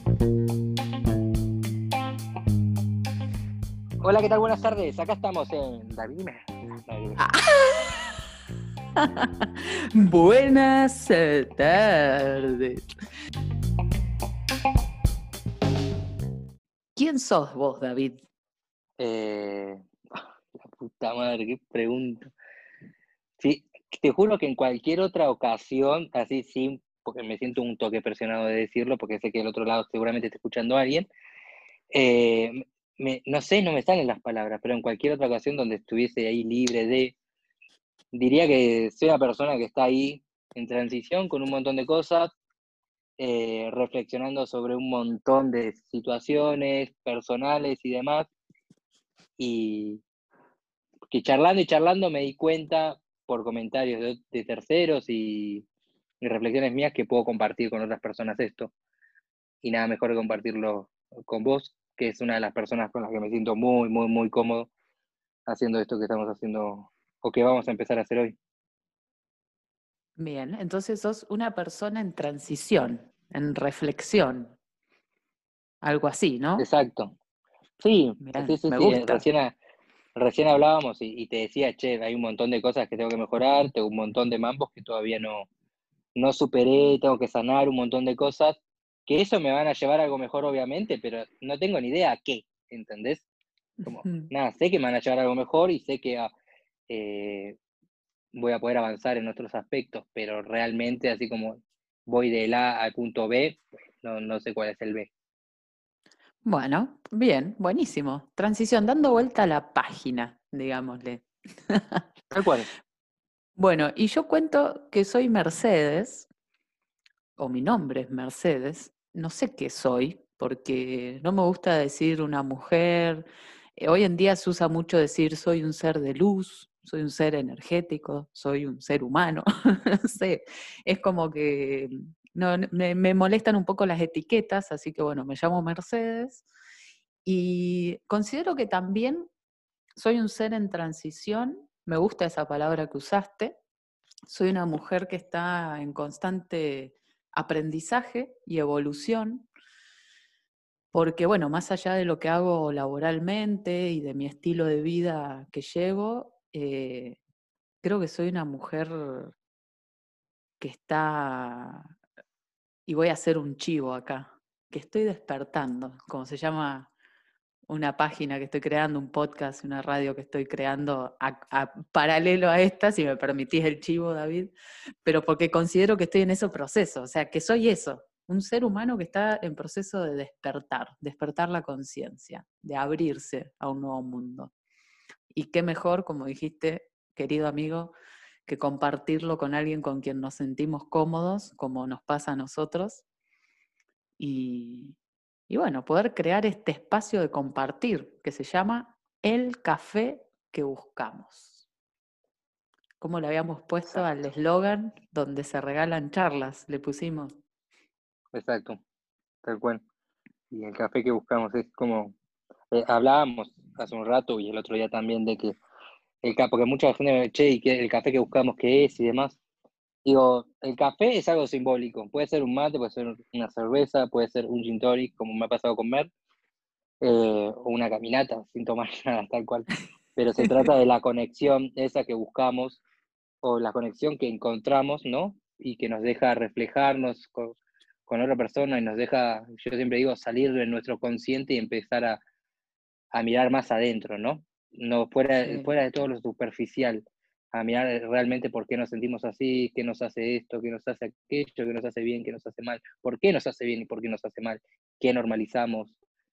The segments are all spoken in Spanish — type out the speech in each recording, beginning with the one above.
Hola, ¿qué tal? Buenas tardes. Acá estamos en David. Buenas tardes. ¿Quién sos vos, David? La puta madre, qué pregunta. Sí, te juro que en cualquier otra ocasión, así sí, porque me siento un toque presionado de decirlo, porque sé que del otro lado seguramente está escuchando a alguien. No sé, no me salen las palabras, pero en cualquier otra ocasión donde estuviese ahí libre diría que soy una persona que está ahí en transición con un montón de cosas, reflexionando sobre un montón de situaciones personales y demás, y que charlando y charlando me di cuenta por comentarios de terceros y reflexiones mías que puedo compartir con otras personas esto, y nada mejor que compartirlo con vos, que es una de las personas con las que me siento muy, muy, muy cómodo haciendo esto que estamos haciendo o que vamos a empezar a hacer hoy. Bien, entonces sos una persona en transición, en reflexión, algo así, ¿no? Exacto. Sí, sí, Bien, sí, me sí. gusta. Recién hablábamos y te decía, che, hay un montón de cosas que tengo que mejorar, tengo un montón de mambos que todavía no superé, tengo que sanar un montón de cosas, que eso me van a llevar a algo mejor, obviamente, pero no tengo ni idea a qué, ¿entendés? Como, Ujú. nada, sé que me van a llevar a algo mejor y sé que eh, voy a poder avanzar en otros aspectos, pero realmente, así como voy del A al punto B, no sé cuál es el B. Bueno, bien, buenísimo. Transición, dando vuelta a la página, digámosle. Tal cual. Bueno, y yo cuento que soy Mercedes, o mi nombre es Mercedes, no sé qué soy, porque no me gusta decir una mujer. Hoy en día se usa mucho decir soy un ser de luz, soy un ser energético, soy un ser humano. No sé, es como que me molestan un poco las etiquetas, así que bueno, me llamo Mercedes y considero que también soy un ser en transición, me gusta esa palabra que usaste. Soy una mujer que está en constante aprendizaje y evolución, porque bueno, más allá de lo que hago laboralmente y de mi estilo de vida que llevo, creo que soy una mujer que está, y voy a hacer un chivo acá, que estoy despertando, como se llama una página que estoy creando, un podcast, una radio que estoy creando paralelo a esta, si me permitís el chivo, David, pero porque considero que estoy en ese proceso, o sea, que soy eso, un ser humano que está en proceso de despertar la conciencia, de abrirse a un nuevo mundo. Y qué mejor, como dijiste, querido amigo, que compartirlo con alguien con quien nos sentimos cómodos, como nos pasa a nosotros, y, y bueno, poder crear este espacio de compartir que se llama El Café que Buscamos. ¿Cómo le habíamos puesto al Exacto, eslogan donde se regalan charlas? Le pusimos. exacto, tal cual. Y el café que buscamos es como, hablábamos hace un rato y el otro día también de que porque mucha gente me dice, che, ¿y el café que buscamos qué es y demás? Digo, el café es algo simbólico, puede ser un mate, puede ser una cerveza, puede ser un gin tonic, como me ha pasado con Mer, o una caminata sin tomar nada, tal cual. Pero se trata de la conexión esa que buscamos, o la conexión que encontramos, ¿no? Y que nos deja reflejarnos con otra persona y nos deja, yo siempre digo, salir de nuestro consciente y empezar a mirar más adentro, ¿no? No Sí, fuera de todo lo superficial, a mirar realmente por qué nos sentimos así, qué nos hace esto, qué nos hace aquello, qué nos hace bien, qué nos hace mal, por qué nos hace bien y por qué nos hace mal, qué normalizamos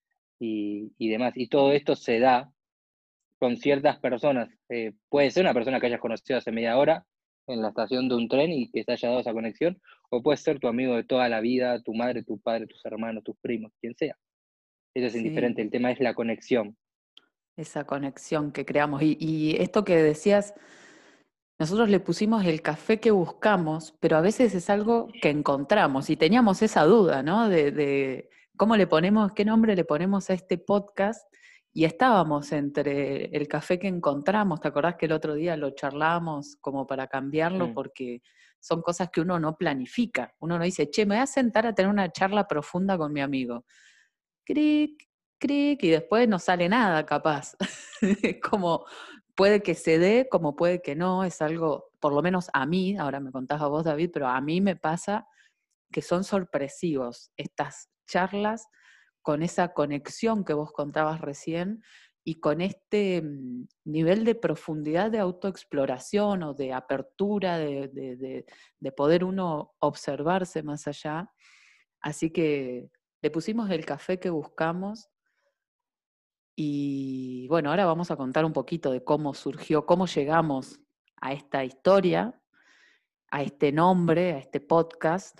y demás. Y todo esto se da con ciertas personas. Puede ser una persona que hayas conocido hace media hora en la estación de un tren y que se haya dado esa conexión, o puede ser tu amigo de toda la vida, tu madre, tu padre, tus hermanos, tus primos, quien sea. Eso es indiferente, sí, el tema es la conexión. esa conexión que creamos. Y esto que decías, nosotros le pusimos el café que buscamos, pero a veces es algo que encontramos y teníamos esa duda, ¿no? De cómo le ponemos, qué nombre le ponemos a este podcast y estábamos entre el café que encontramos, ¿te acordás que el otro día lo charlamos como para cambiarlo? Mm, Porque son cosas que uno no planifica. Uno no dice, che, me voy a sentar a tener una charla profunda con mi amigo. Cric, cric, y después no sale nada, capaz. Es como, puede que se dé, como puede que no, es algo, por lo menos a mí, ahora me contás a vos, David, pero a mí me pasa que son sorpresivos estas charlas con esa conexión que vos contabas recién y con este nivel de profundidad de autoexploración o de apertura, de poder uno observarse más allá. Así que le pusimos el café que buscamos y bueno, ahora vamos a contar un poquito de cómo surgió, cómo llegamos a esta historia, a este nombre, a este podcast.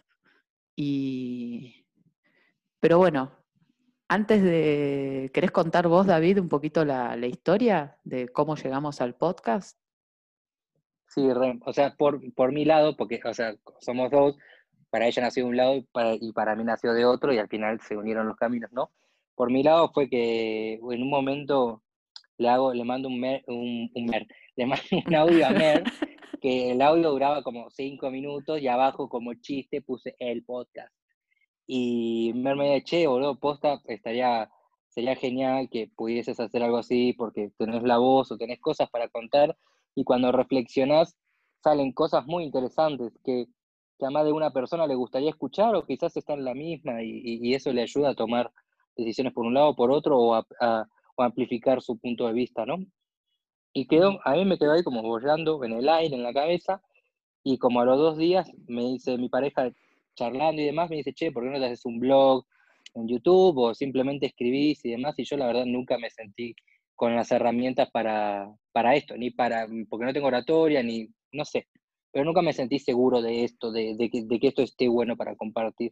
Pero bueno, antes de, ¿querés contar vos, David, un poquito la historia de cómo llegamos al podcast? Sí, o sea, por mi lado, porque, o sea, somos dos, para ella nació de un lado y para mí nació de otro y al final se unieron los caminos, ¿no? Por mi lado fue que en un momento le mando le mando un audio a Mer, que el audio duraba como 5 minutos y abajo como chiste puse el podcast. Y Mer me dice, che, boludo, posta, sería genial que pudieses hacer algo así porque tenés la voz o tenés cosas para contar y cuando reflexionás salen cosas muy interesantes que a más de una persona le gustaría escuchar o quizás está en la misma y eso le ayuda a tomar decisiones por un lado o por otro o amplificar su punto de vista, ¿no? Y a mí me quedó ahí como bollando en el aire, en la cabeza, y como a los 2 días me dice mi pareja, charlando y demás, me dice, che, ¿por qué no te haces un blog en YouTube o simplemente escribís y demás? Y yo la verdad nunca me sentí con las herramientas para esto, porque no tengo oratoria, ni, no sé, pero nunca me sentí seguro de esto, de que esto esté bueno para compartir.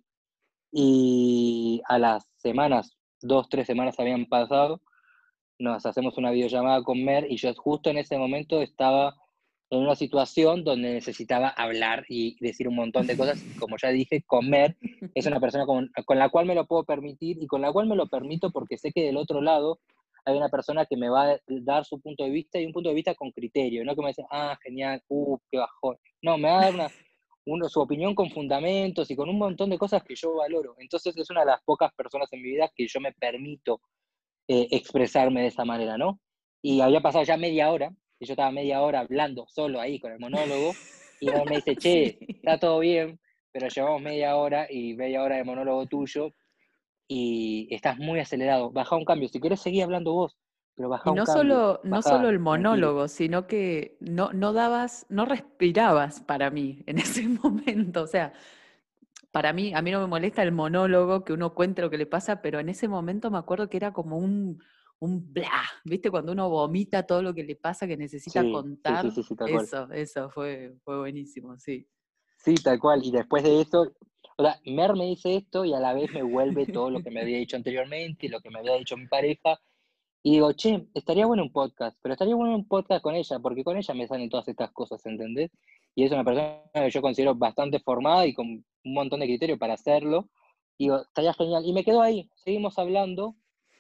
Y a las semanas, 2, 3 semanas habían pasado, nos hacemos una videollamada con Mer y yo justo en ese momento estaba en una situación donde necesitaba hablar y decir un montón de cosas y como ya dije, con Mer es una persona con la cual me lo puedo permitir y con la cual me lo permito porque sé que del otro lado hay una persona que me va a dar su punto de vista y un punto de vista con criterio, no que me dice, genial, qué bajón. No, me va a dar su opinión con fundamentos y con un montón de cosas que yo valoro. Entonces es una de las pocas personas en mi vida que yo me permito expresarme de esa manera, ¿no? Y había pasado ya media hora, y yo estaba media hora hablando solo ahí con el monólogo, y él me dice, che, Sí. está todo bien, pero llevamos media hora y media hora de monólogo tuyo, y estás muy acelerado, baja un cambio, si querés seguir hablando vos, pero baja Y un cambio, no solo baja el tranquilo. monólogo, sino que no dabas, no respirabas para mí en ese momento. O sea, para mí, a mí no me molesta el monólogo, que uno cuente lo que le pasa, pero en ese momento me acuerdo que era como un bla, ¿viste? Cuando uno vomita todo lo que le pasa, que necesita Sí, sí, sí, contar. sí, sí, tal cual. Eso fue buenísimo, sí. Sí, tal cual. Y después de eso, o sea, Mer me dice esto y a la vez me vuelve todo lo que me había dicho anteriormente, lo que me había dicho mi pareja. Y digo, che, estaría bueno un podcast, pero estaría bueno un podcast con ella, porque con ella me salen todas estas cosas, ¿entendés? Y es una persona que yo considero bastante formada y con un montón de criterio para hacerlo. Y digo, estaría genial. Y me quedo ahí, seguimos hablando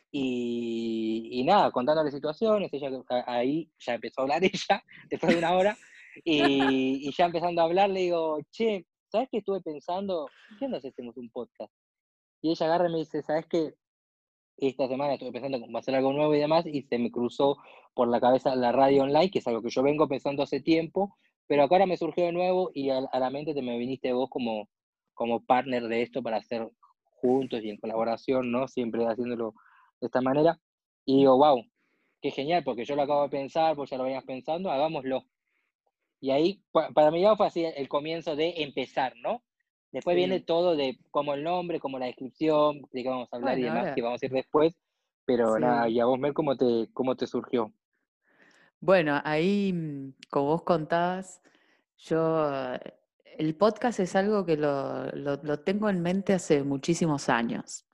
y nada, contándole situaciones. Ahí ya empezó a hablar ella, después de una hora. Y ya empezando a hablar, le digo, che, ¿sabes qué estuve pensando? ¿Qué onda si hacemos un podcast? Y ella agarra y me dice, ¿sabes qué? Esta semana estuve pensando cómo hacer algo nuevo y demás, y se me cruzó por la cabeza la radio online, que es algo que yo vengo pensando hace tiempo, pero acá ahora me surgió de nuevo y a la mente te me viniste vos como partner de esto para hacer juntos y en colaboración, ¿no? Siempre haciéndolo de esta manera. Y digo, wow, qué genial, porque yo lo acabo de pensar, vos ya lo venías pensando, hagámoslo. Y ahí, para mí ya fue así el comienzo de empezar, ¿no? Después viene Sí. todo de como el nombre, como la descripción, de qué vamos a hablar y Bueno, demás, que ahora, vamos a ir después. Pero nada, sí. y a vos, Mer, ¿cómo te surgió? Bueno, ahí, como vos contabas, yo, el podcast es algo que lo tengo en mente hace muchísimos años.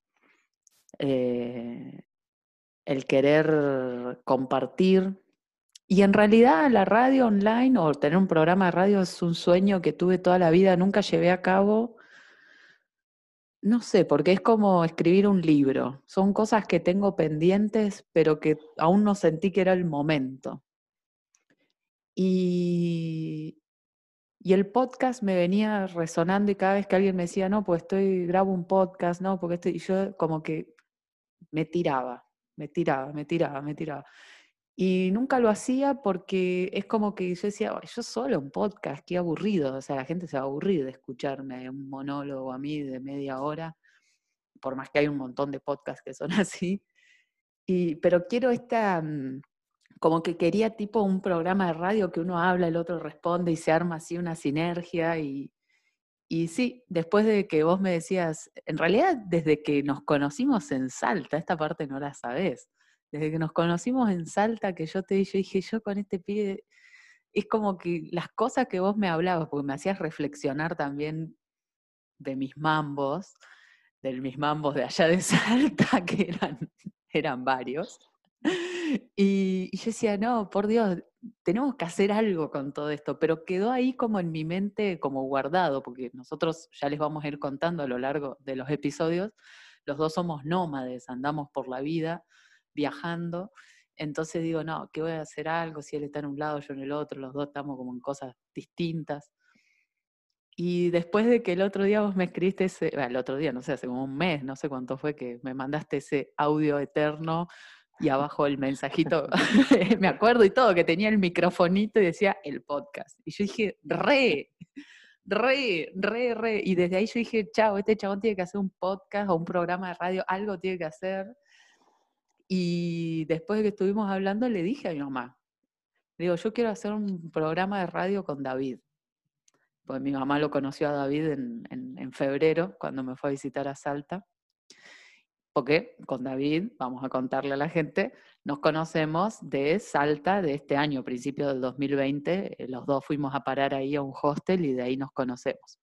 Eh, el querer compartir. Y en realidad la radio online o tener un programa de radio es un sueño que tuve toda la vida, nunca llevé a cabo. No sé, porque es como escribir un libro. Son cosas que tengo pendientes, pero que aún no sentí que era el momento. Y Y el podcast me venía resonando y cada vez que alguien me decía, no, pues grabo un podcast, no, porque y yo como que me tiraba, me tiraba, me tiraba, me tiraba. Y nunca lo hacía porque es como que yo decía: "Ay, yo solo un podcast, qué aburrido". O sea, la gente se va a aburrir de escucharme un monólogo a mí de media hora, por más que hay un montón de podcasts que son así. Pero quiero como que quería tipo un programa de radio que uno habla, el otro responde y se arma así una sinergia. Y sí, después de que vos me decías, en realidad desde que nos conocimos en Salta, esta parte no la sabés, desde que nos conocimos en Salta, que yo dije, yo con este pibe, es como que las cosas que vos me hablabas, porque me hacías reflexionar también de mis mambos, de mis mambos de allá de Salta, que eran varios. Y yo decía, no, por Dios, tenemos que hacer algo con todo esto, pero quedó ahí como en mi mente, como guardado, porque nosotros ya les vamos a ir contando a lo largo de los episodios, los dos somos nómades, andamos por la vida viajando, entonces digo, no, que voy a hacer algo, si él está en un lado, yo en el otro, los dos estamos como en cosas distintas. Y después de que el otro día vos me escribiste el otro día, no sé, hace como un mes, no sé cuánto fue, que me mandaste ese audio eterno y abajo el mensajito, me acuerdo y todo, que tenía el microfonito y decía el podcast. Y yo dije, re. Y desde ahí yo dije, chao, este chabón tiene que hacer un podcast o un programa de radio, algo tiene que hacer. Y después de que estuvimos hablando, le dije a mi mamá, le digo, yo quiero hacer un programa de radio con David. Pues mi mamá lo conoció a David en febrero, cuando me fue a visitar a Salta, porque con David, vamos a contarle a la gente, nos conocemos de Salta de este año, principio del 2020, los dos fuimos a parar ahí a un hostel y de ahí nos conocemos.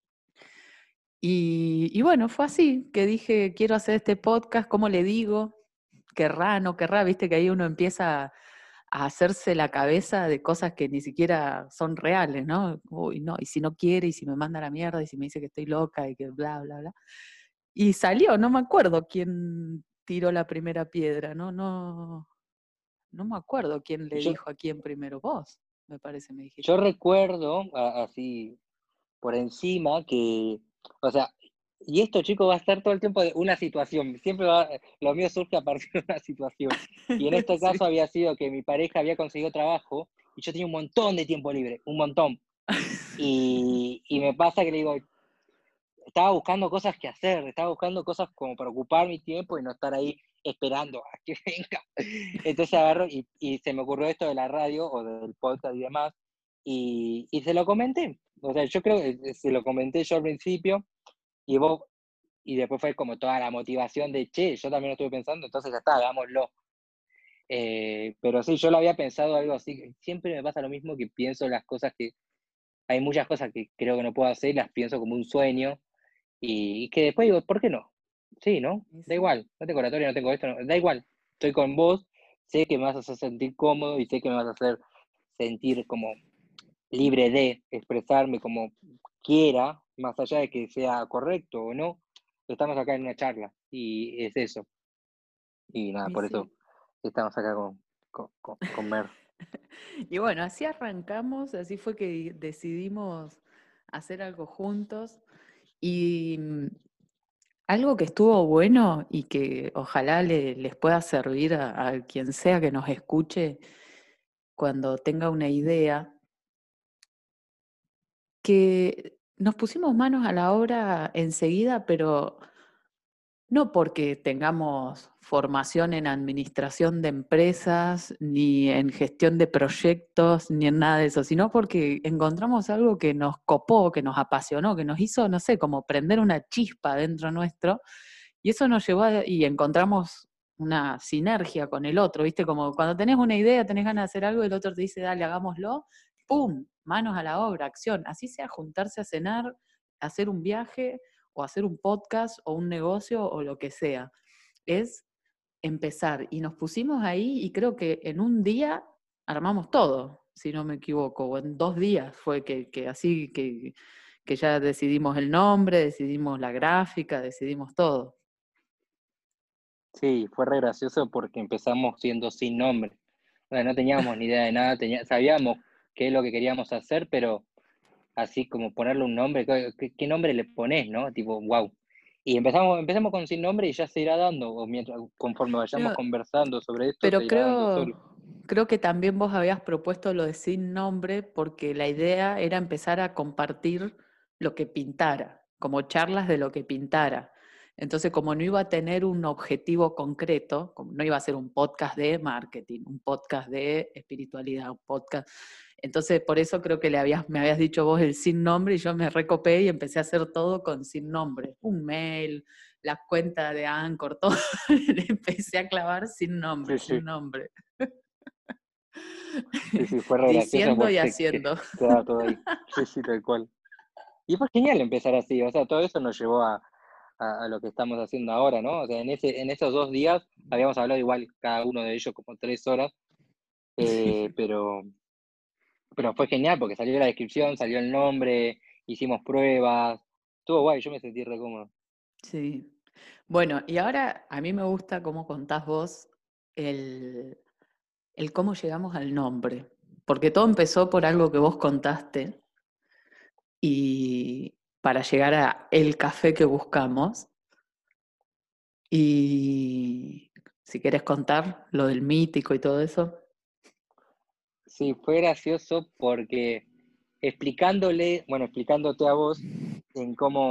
Y bueno, fue así, que dije, quiero hacer este podcast, ¿cómo le digo? Querrá, no querrá, viste que ahí uno empieza a hacerse la cabeza de cosas que ni siquiera son reales, ¿no? Uy, no, y si no quiere, y si me manda a la mierda, y si me dice que estoy loca, y que bla, bla, bla. Y salió, no me acuerdo quién tiró la primera piedra, no me acuerdo quién le Yo, dijo a quién primero, vos, me parece, me yo dijiste. recuerdo, así por encima, que, o sea, y esto, chicos, va a estar todo el tiempo de una situación. Lo mío surge a partir de una situación. Y en este Sí. caso había sido que mi pareja había conseguido trabajo y yo tenía un montón de tiempo libre, un montón. Y me pasa que le digo, estaba buscando cosas que hacer, estaba buscando cosas como para ocupar mi tiempo y no estar ahí esperando a que venga. Entonces agarro y se me ocurrió esto de la radio o del podcast y demás, y se lo comenté. O sea, yo creo que se lo comenté yo al principio, y vos, y después fue como toda la motivación de, che, yo también lo estuve pensando, entonces ya está, hagámoslo. Pero sí, yo lo había pensado algo así. Siempre me pasa lo mismo, que pienso las cosas que, hay muchas cosas que creo que no puedo hacer, las pienso como un sueño, y que después digo, ¿por qué no? Sí, ¿no? Y Da sí, igual, no tengo oratoria, no tengo esto, da igual. Estoy con vos, sé que me vas a hacer sentir cómodo y sé que me vas a hacer sentir como libre de expresarme como quiera, más allá de que sea correcto o no. Estamos acá en una charla y es eso. Y nada, y por eso sí. estamos acá con Mer. Y bueno, así arrancamos, así fue que decidimos hacer algo juntos. Y algo que estuvo bueno y que ojalá les pueda servir a quien sea que nos escuche cuando tenga una idea, que nos pusimos manos a la obra enseguida, pero no porque tengamos formación en administración de empresas, ni en gestión de proyectos, ni en nada de eso, sino porque encontramos algo que nos copó, que nos apasionó, que nos hizo, no sé, como prender una chispa dentro nuestro, y eso nos llevó y encontramos una sinergia con el otro, ¿viste? Como cuando tenés una idea, tenés ganas de hacer algo, y el otro te dice, dale, hagámoslo, ¡pum! Manos a la obra, acción. Así sea juntarse a cenar, hacer un viaje o hacer un podcast o un negocio o lo que sea. Es empezar. Y nos pusimos ahí y creo que en un día armamos todo, si no me equivoco, o en 2 días fue que así que ya decidimos el nombre, decidimos la gráfica, decidimos todo. Sí, fue re gracioso porque empezamos siendo sin nombre. O sea, no teníamos ni idea de nada, sabíamos qué es lo que queríamos hacer, pero así como ponerle un nombre, ¿qué nombre le pones, no? Tipo, wow. Y empezamos con sin nombre y ya se irá dando, o mientras, conforme vayamos No, conversando sobre esto, se pero irá dando solo. creo que también vos habías propuesto lo de sin nombre porque la idea era empezar a compartir lo que pintara, como charlas de lo que pintara. Entonces, como no iba a tener un objetivo concreto, como no iba a ser un podcast de marketing, un podcast de espiritualidad, un podcast. Entonces, por eso creo que me habías dicho vos el sin nombre y yo me recopé y empecé a hacer todo con sin nombre. Un mail, la cuenta de Anchor, todo. Le empecé a clavar sin nombre, Sí, sin sí, nombre. sí, sí, fue re gracioso Diciendo y porque haciendo. quedaba todo ahí. Sí, sí, tal cual. Y fue genial empezar así, o sea, todo eso nos llevó a lo que estamos haciendo ahora, ¿no? O sea, en esos 2 días habíamos hablado igual cada uno de ellos como 3 horas, eh, pero, pero fue genial porque salió la descripción, salió el nombre, hicimos pruebas, estuvo guay, yo me sentí re cómodo. Sí. Bueno, y ahora a mí me gusta cómo contás vos el, el cómo llegamos al nombre, porque todo empezó por algo que vos contaste y para llegar a el café que buscamos. Y si querés contar lo del mítico y todo eso. Sí, fue gracioso porque explicándote a vos en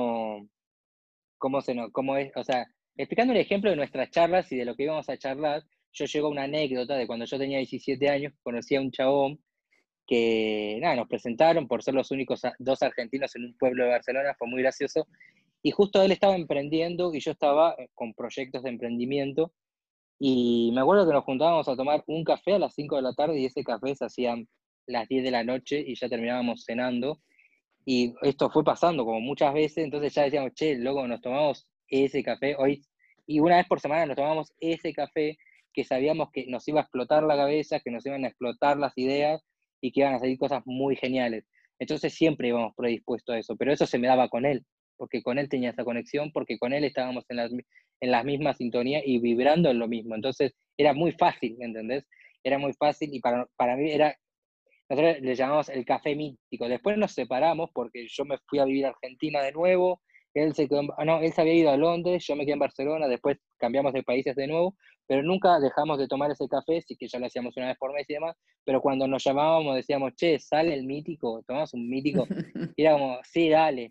cómo es, o sea, explicando el ejemplo de nuestras charlas y de lo que íbamos a charlar, yo llego a una anécdota de cuando yo tenía 17 años, conocí a un chabón que, nada, nos presentaron por ser los únicos dos argentinos en un pueblo de Barcelona, fue muy gracioso, y justo él estaba emprendiendo y yo estaba con proyectos de emprendimiento, y me acuerdo que nos juntábamos a tomar un café a las 5 de la tarde y ese café se hacían las 10 de la noche y ya terminábamos cenando, y esto fue pasando como muchas veces, entonces ya decíamos, che, loco, nos tomamos ese café hoy, y una vez por semana nos tomamos ese café que sabíamos que nos iba a explotar la cabeza, que nos iban a explotar las ideas y que iban a salir cosas muy geniales. Entonces siempre íbamos predispuestos a eso, pero eso se me daba con él, porque con él tenía esa conexión, porque con él estábamos en las mismas sintonías y vibrando en lo mismo. Entonces era muy fácil, ¿entendés? Era muy fácil y para mí era nosotros le llamamos el café mítico. Después nos separamos porque yo me fui a vivir a Argentina de nuevo, él se quedó no, él se había ido a Londres, yo me quedé en Barcelona, después cambiamos de países de nuevo, pero nunca dejamos de tomar ese café, sí que ya lo hacíamos una vez por mes y demás, pero cuando nos llamábamos decíamos, che, sale el mítico, tomamos un mítico, y era como, sí, dale.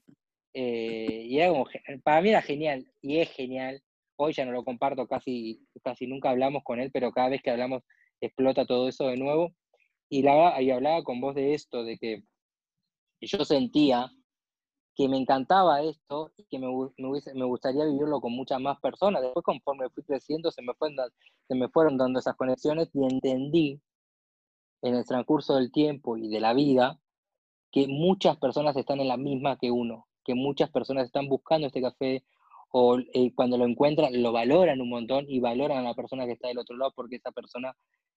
Y era como, para mí era genial, y es genial. Hoy ya no lo comparto, casi nunca hablamos con él, pero cada vez que hablamos explota todo eso de nuevo. Y hablaba con vos de esto, de que yo sentía que me encantaba esto y que me gustaría vivirlo con muchas más personas. Después, conforme fui creciendo, se me fueron dando esas conexiones y entendí en el transcurso del tiempo y de la vida que muchas personas están en la misma que uno, que muchas personas están buscando este café o cuando lo encuentran lo valoran un montón y valoran a la persona que está del otro lado porque esa persona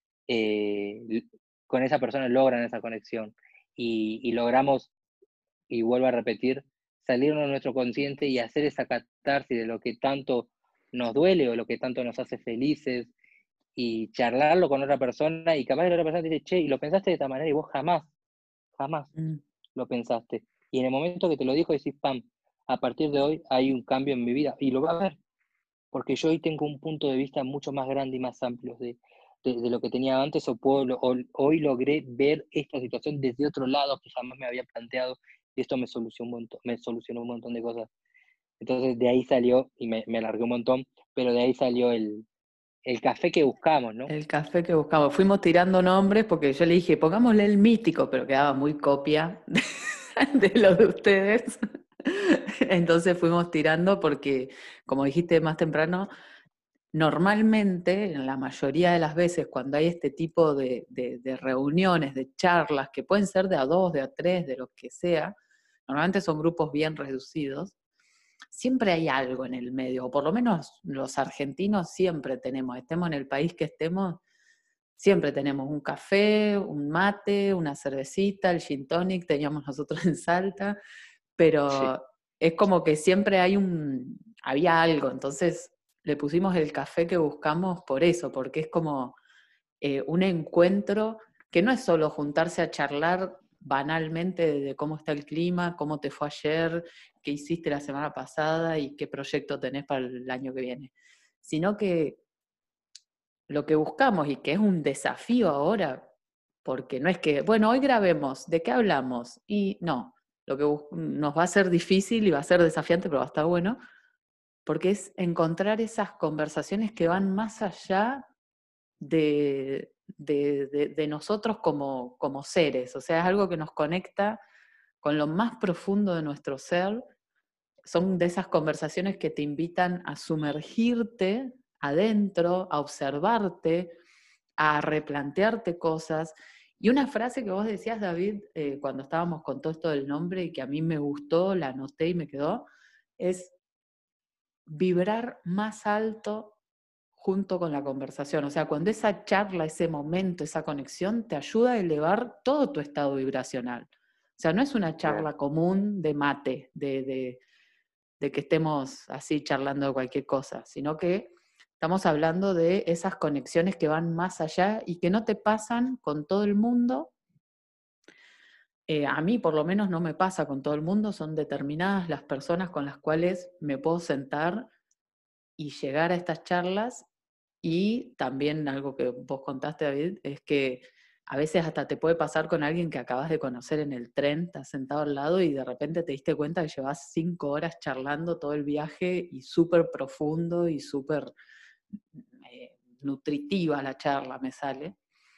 eh, con esa persona logran esa conexión y logramos, y vuelvo a repetir, salirnos de nuestro consciente y hacer esa catarsis de lo que tanto nos duele o lo que tanto nos hace felices y charlarlo con otra persona y capaz que la otra persona te dice, che, y lo pensaste de esta manera y vos jamás Mm. lo pensaste. Y en el momento que te lo dijo decís, pam, a partir de hoy hay un cambio en mi vida y lo va a ver porque yo hoy tengo un punto de vista mucho más grande y más amplio de lo que tenía antes, hoy logré ver esta situación desde otro lado que jamás me había planteado, y esto me solucionó un montón de cosas. Entonces de ahí salió, y me alargué un montón, pero de ahí salió el café que buscamos, ¿no? El café que buscamos. Fuimos tirando nombres porque yo le dije, pongámosle el mítico, pero quedaba muy copia de lo de ustedes. Entonces fuimos tirando porque, como dijiste más temprano, normalmente, en la mayoría de las veces, cuando hay este tipo de reuniones, de charlas, que pueden ser de a dos, de a tres, de lo que sea, normalmente son grupos bien reducidos, siempre hay algo en el medio, o por lo menos los argentinos siempre tenemos, estemos en el país que estemos, siempre tenemos un café, un mate, una cervecita, el gin tonic, teníamos nosotros en Salta, Sí, pero es como que siempre había algo, entonces le pusimos el café que buscamos por eso, porque es como un encuentro que no es solo juntarse a charlar banalmente de cómo está el clima, cómo te fue ayer, qué hiciste la semana pasada y qué proyecto tenés para el año que viene. Sino que lo que buscamos y que es un desafío ahora, porque no es que, bueno, hoy grabemos, ¿de qué hablamos? Y no, lo que nos va a ser difícil y va a ser desafiante, pero va a estar bueno, porque es encontrar esas conversaciones que van más allá de nosotros como seres, o sea, es algo que nos conecta con lo más profundo de nuestro ser. Son de esas conversaciones que te invitan a sumergirte adentro, a observarte, a replantearte cosas. Y una frase que vos decías, David, cuando estábamos con todo esto del nombre y que a mí me gustó, la anoté y me quedó, es vibrar más alto junto con la conversación. O sea, cuando esa charla, ese momento, esa conexión te ayuda a elevar todo tu estado vibracional. O sea, no es una Bien. charla común de mate, de que estemos así charlando de cualquier cosa, sino que estamos hablando de esas conexiones que van más allá y que no te pasan con todo el mundo. A mí por lo menos no me pasa con todo el mundo, son determinadas las personas con las cuales me puedo sentar y llegar a estas charlas. Y también algo que vos contaste, David, es que a veces hasta te puede pasar con alguien que acabas de conocer en el tren, estás sentado al lado y de repente te diste cuenta que llevas 5 horas charlando todo el viaje y súper profundo y súper nutritiva la charla me sale.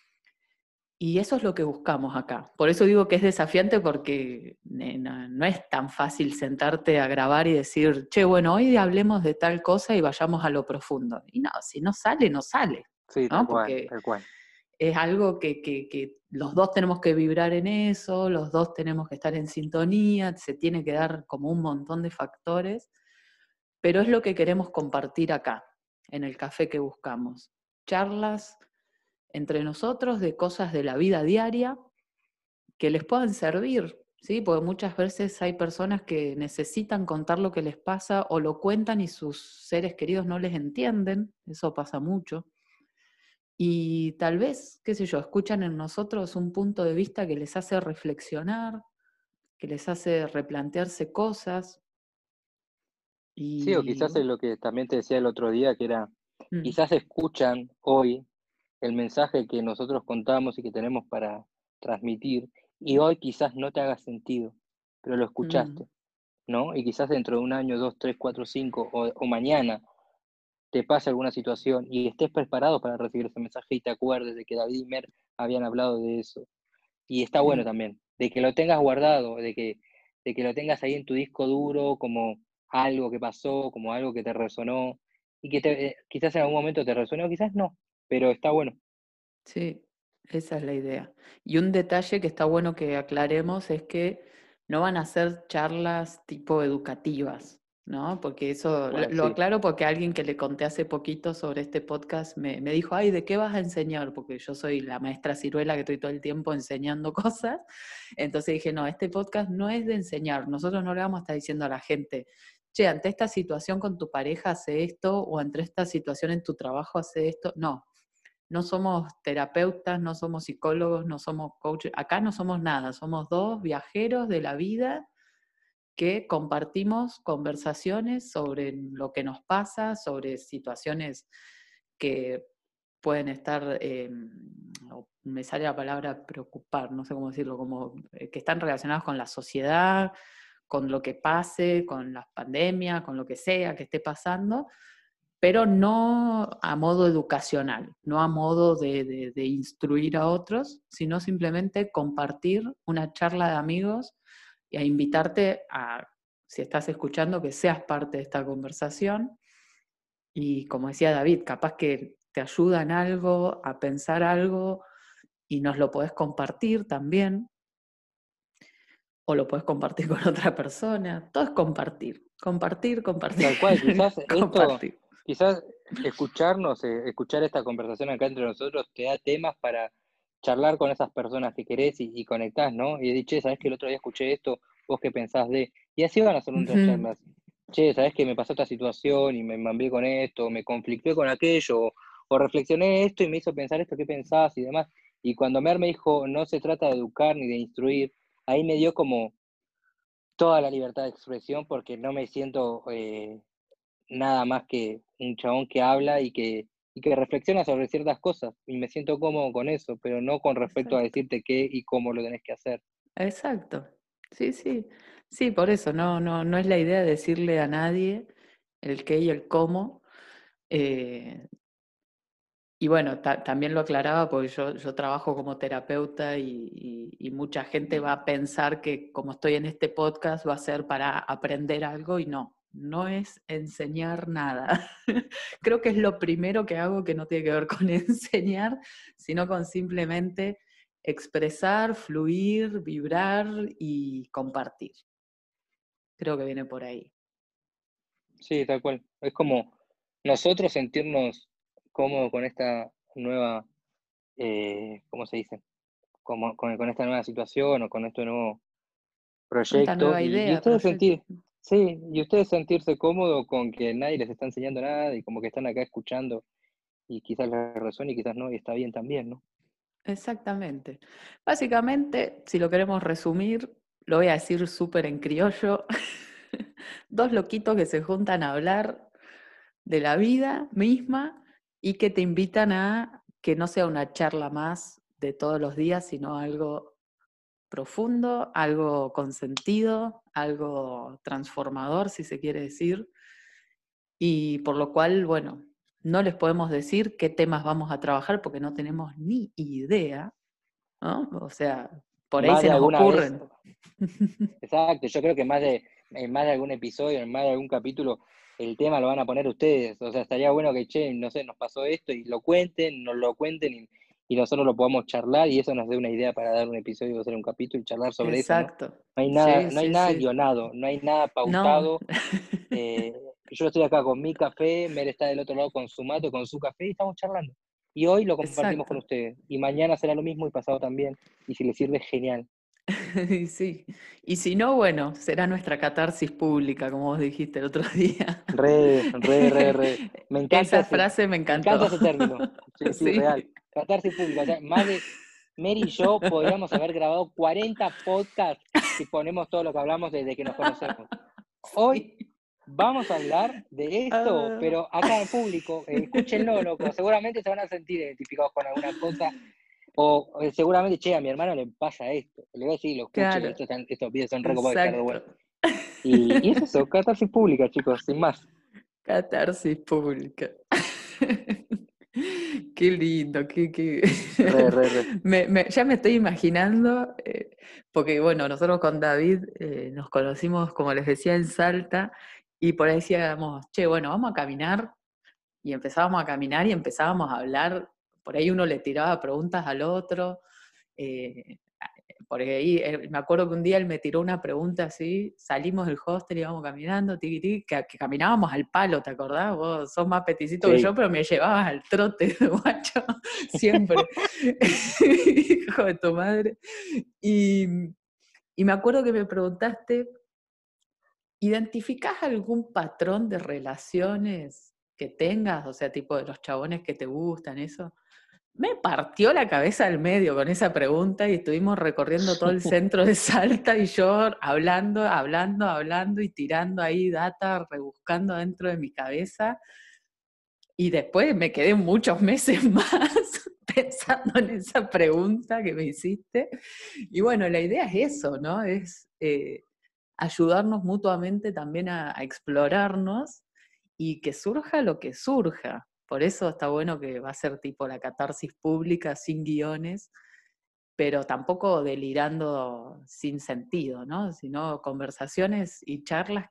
Y eso es lo que buscamos acá. Por eso digo que es desafiante porque no es tan fácil sentarte a grabar y decir, che, bueno, hoy hablemos de tal cosa y vayamos a lo profundo. Y no, si no sale, no sale, Sí, tal ¿no? cual, Porque tal cual. es algo que los dos tenemos que vibrar en eso, los dos tenemos que estar en sintonía, se tiene que dar como un montón de factores, pero es lo que queremos compartir acá, en el café que buscamos. Charlas entre nosotros de cosas de la vida diaria que les puedan servir, ¿sí? Porque muchas veces hay personas que necesitan contar lo que les pasa o lo cuentan y sus seres queridos no les entienden, eso pasa mucho. Y tal vez, qué sé yo, escuchan en nosotros un punto de vista que les hace reflexionar, que les hace replantearse cosas. Sí, o Y quizás es bueno, lo que también te decía el otro día, que era, mm, quizás escuchan hoy el mensaje que nosotros contamos y que tenemos para transmitir, y hoy quizás no te haga sentido, pero lo mm, escuchaste, ¿no? Y quizás dentro de un año, dos, tres, cuatro, cinco, o mañana te pase alguna situación y estés preparado para recibir ese mensaje y te acuerdes de que David y Mer habían hablado de eso. Y está bueno sí, también, de que lo tengas guardado, de que lo tengas ahí en tu disco duro como algo que pasó, como algo que te resonó, y que quizás en algún momento te resonó, quizás no, pero está bueno. sí, esa es la idea. Y un detalle que está bueno que aclaremos es que no van a ser charlas tipo educativas, ¿no? Porque eso Bueno, lo sí, aclaro porque alguien que le conté hace poquito sobre este podcast me dijo, ay, ¿de qué vas a enseñar? Porque yo soy la maestra ciruela que estoy todo el tiempo enseñando cosas. Entonces dije, no, este podcast no es de enseñar. Nosotros no le vamos a estar diciendo a la gente, che, ante esta situación con tu pareja hace esto o ante esta situación en tu trabajo hace esto. No, no somos terapeutas, no somos psicólogos, no somos coaches, acá no somos nada, somos dos viajeros de la vida que compartimos conversaciones sobre lo que nos pasa, sobre situaciones que pueden estar, me sale la palabra preocupar, no sé cómo decirlo, como que están relacionados con la sociedad, con lo que pase, con las pandemias, con lo que sea que esté pasando, pero no a modo educacional, no a modo de instruir a otros, sino simplemente compartir una charla de amigos y a invitarte a, si estás escuchando, que seas parte de esta conversación. Y como decía David, capaz que te ayuda en algo, a pensar algo, y nos lo podés compartir también, o lo podés compartir con otra persona. Todo es compartir, compartir, compartir, tal cual, quizás esto, compartir. quizás escucharnos, escuchar esta conversación acá entre nosotros te da temas para charlar con esas personas que querés y conectás, ¿no? Y decís, che, ¿sabés que el otro día escuché esto? ¿Vos qué pensás de? Y así van a ser otras Ujú. charlas. Che, ¿sabés que me pasó esta situación y me mambié con esto, me conflictué con aquello, o reflexioné esto y me hizo pensar esto, ¿qué pensás? Y demás. Y cuando Mer me dijo, no se trata de educar ni de instruir, ahí me dio como toda la libertad de expresión porque no me siento nada más que un chabón que habla y que reflexiona sobre ciertas cosas. Y me siento cómodo con eso, pero no con respecto a Exacto. decirte qué y cómo lo tenés que hacer. Exacto. Sí, sí. Sí, por eso, no es la idea decirle a nadie el qué y el cómo. eh, y bueno, también lo aclaraba porque yo trabajo como terapeuta y mucha gente va a pensar que como estoy en este podcast va a ser para aprender algo y no es enseñar nada. Creo que es lo primero que hago que no tiene que ver con enseñar, sino con simplemente expresar, fluir, vibrar y compartir. Creo que viene por ahí. Sí, tal cual. Es como nosotros sentirnos cómodos con esta nueva, ¿cómo se dice? Como, con esta nueva situación o con este nuevo Con esta proyecto nueva y idea, ustedes proyecto. sentir, sí, y ustedes sentirse cómodos con que nadie les está enseñando nada y como que están acá escuchando y quizás les resuene y quizás no, y está bien también, ¿no? Exactamente. Básicamente, si lo queremos resumir, lo voy a decir súper en criollo. Dos loquitos que se juntan a hablar de la vida misma y que te invitan a que no sea una charla más de todos los días, sino algo profundo, algo con sentido, algo transformador, si se quiere decir. Y por lo cual, bueno, no les podemos decir qué temas vamos a trabajar porque no tenemos ni idea, ¿no? O sea, por ahí Más se de nos alguna vez, ocurren. exacto, yo creo que en más de algún episodio, en más de algún capítulo, el tema lo van a poner ustedes. O sea, estaría bueno que, che, no sé, nos pasó esto y lo cuenten, nos lo cuenten y nosotros lo podamos charlar y eso nos dé una idea para dar un episodio, hacer un capítulo y charlar sobre eso, ¿no? Exacto. Sí, No hay sí, nada sí. guionado, no hay nada No, pautado. Yo estoy acá con mi café, Mer está del otro lado con su mate, con su café y estamos charlando. Y hoy lo compartimos con exacto. ustedes. Y mañana será lo mismo y pasado también. Y si les sirve, genial. Y sí. Y si no, bueno, será nuestra catarsis pública, como vos dijiste el otro día. Re. Esa frase me Me encantó. encanta ese término. Sí, sí, real. Sí, Catarsis pública. O sea, más de Mary y yo podríamos haber grabado 40 podcasts si ponemos todo lo que hablamos desde que nos conocemos. Hoy sí. vamos a hablar de esto, Ah, pero acá en público, escúchenlo, loco. Seguramente se van a sentir identificados con alguna cosa. O seguramente, che, a mi hermano le pasa esto. Le voy a decir, lo escuche, claro, estos videos son re copados, está re bueno. exacto. Y es eso, catarsis pública, chicos, sin más. Catarsis pública. Qué lindo, Re. Ya me estoy imaginando, porque bueno, nosotros con David nos conocimos, como les decía, en Salta, y por ahí decíamos, che, bueno, vamos a caminar, y empezábamos a caminar y empezábamos a hablar, por ahí uno le tiraba preguntas al otro, eh, porque ahí me acuerdo que un día él me tiró una pregunta así, salimos del hostel, íbamos caminando, tiqui, tiqui, que caminábamos al palo, ¿te acordás? Vos sos más peticito que yo, Sí. pero me llevabas al trote, guacho, siempre. Hijo de tu madre. Y, y me acuerdo que me preguntaste, ¿identificás algún patrón de relaciones que tengas? O sea, tipo de los chabones que te gustan, eso. Me partió la cabeza al medio con esa pregunta y estuvimos recorriendo todo el centro de Salta y yo hablando y tirando ahí data, rebuscando dentro de mi cabeza. Y después me quedé muchos meses más pensando en esa pregunta que me hiciste. Y bueno, la idea es eso, ¿no? Es ayudarnos mutuamente también a explorarnos y que surja lo que surja. Por eso está bueno que va a ser tipo la catarsis pública sin guiones, pero tampoco delirando sin sentido, ¿no? Sino conversaciones y charlas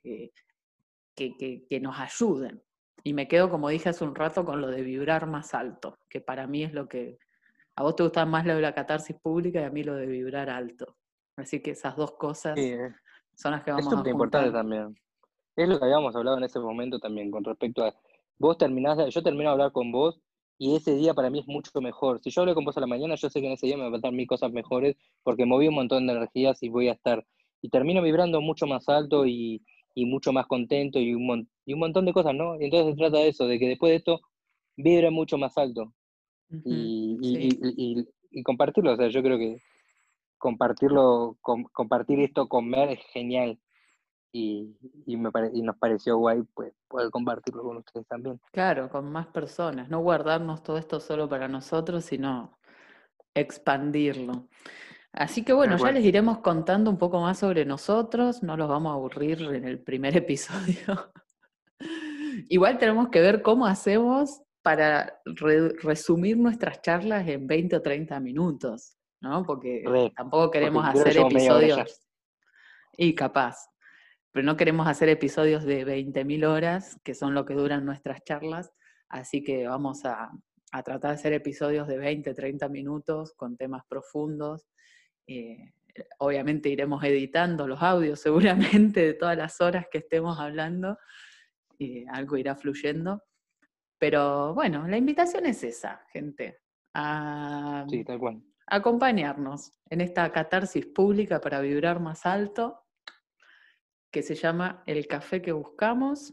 que nos ayuden. Y me quedo, como dije hace un rato, con lo de vibrar más alto, que para mí es lo que... A vos te gusta más lo de la catarsis pública y a mí lo de vibrar alto. Así que esas dos Sí, cosas son las que es vamos a súper importante juntar. también. Es lo que habíamos hablado en ese momento también con respecto a vos terminás, yo termino de hablar con vos y ese día para mí es mucho mejor. Si yo hablé con vos a la mañana, yo sé que en ese día me van a pasar mil cosas mejores porque moví un montón de energías y voy a estar, y termino vibrando mucho más alto y mucho más contento y un montón de cosas, ¿no? Y entonces se trata de eso, de que después de esto vibre mucho más alto Ujú, sí, y compartirlo. O sea, yo creo que compartir esto con Mer es genial. Y nos pareció guay pues poder compartirlo con ustedes también. Claro, con más personas, no guardarnos todo esto solo para nosotros, sino expandirlo. Así que bueno, Tal ya cual. les iremos contando un poco más sobre nosotros, no los vamos a aburrir en el primer episodio. Igual tenemos que ver cómo hacemos para resumir nuestras charlas en 20 o 30 minutos, ¿no? Porque Re, tampoco queremos porque creo que hacer llevamos media hora ya. episodios, y capaz, pero no queremos hacer episodios de 20.000 horas, que son lo que duran nuestras charlas, así que vamos a tratar de hacer episodios de 20, 30 minutos con temas profundos. Obviamente iremos editando los audios seguramente de todas las horas que estemos hablando, algo irá fluyendo. Pero bueno, la invitación es esa, gente, a Sí, tal cual. acompañarnos en esta catarsis pública para vibrar más alto, que se llama El Café que Buscamos.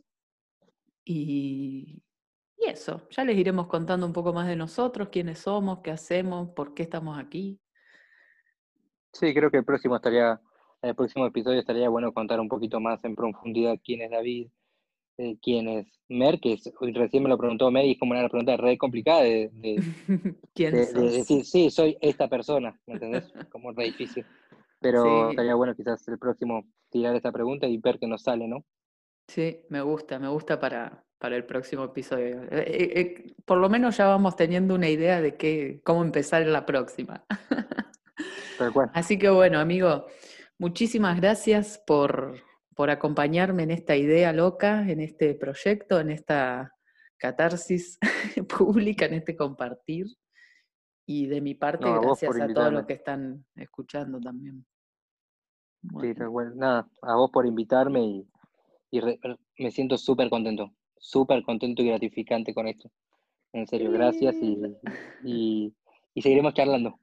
Y eso, ya les iremos contando un poco más de nosotros, quiénes somos, qué hacemos, por qué estamos aquí. Sí, creo que el próximo episodio estaría bueno contar un poquito más en profundidad quién es David, quién es Mer, hoy recién me lo preguntó Mer y es como una pregunta re complicada ¿Quién de sos? decir, sí, soy esta persona, ¿me entendés? Como re difícil. Pero Sí, estaría bueno quizás el próximo tirar esta pregunta y ver qué nos sale, ¿no? sí, me gusta para el próximo episodio. Por lo menos ya vamos teniendo una idea de cómo empezar en la próxima. Tal cual. Así que bueno, amigo, muchísimas gracias por acompañarme en esta idea loca, en este proyecto, en esta catarsis pública, en este compartir. Y de mi parte, No, a vos por gracias a todos los invitarme. que están escuchando también. Sí, tal Bueno. cual. Nada, a vos por invitarme y me siento súper contento y gratificante con esto. En Qué serio, gracias lindo. y seguiremos charlando.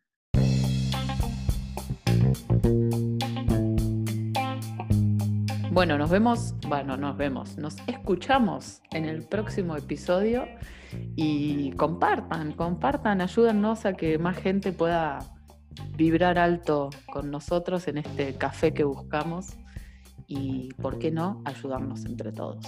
Bueno, nos escuchamos en el próximo episodio y compartan, ayúdennos a que más gente pueda vibrar alto con nosotros en este café que buscamos y, ¿por qué no?, ayudarnos entre todos.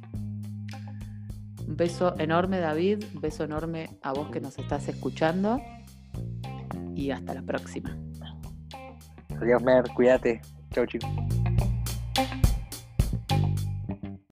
Un beso enorme, David, un beso enorme a vos que nos estás escuchando y hasta la próxima. Adiós, Mer, cuídate. Chau, chicos.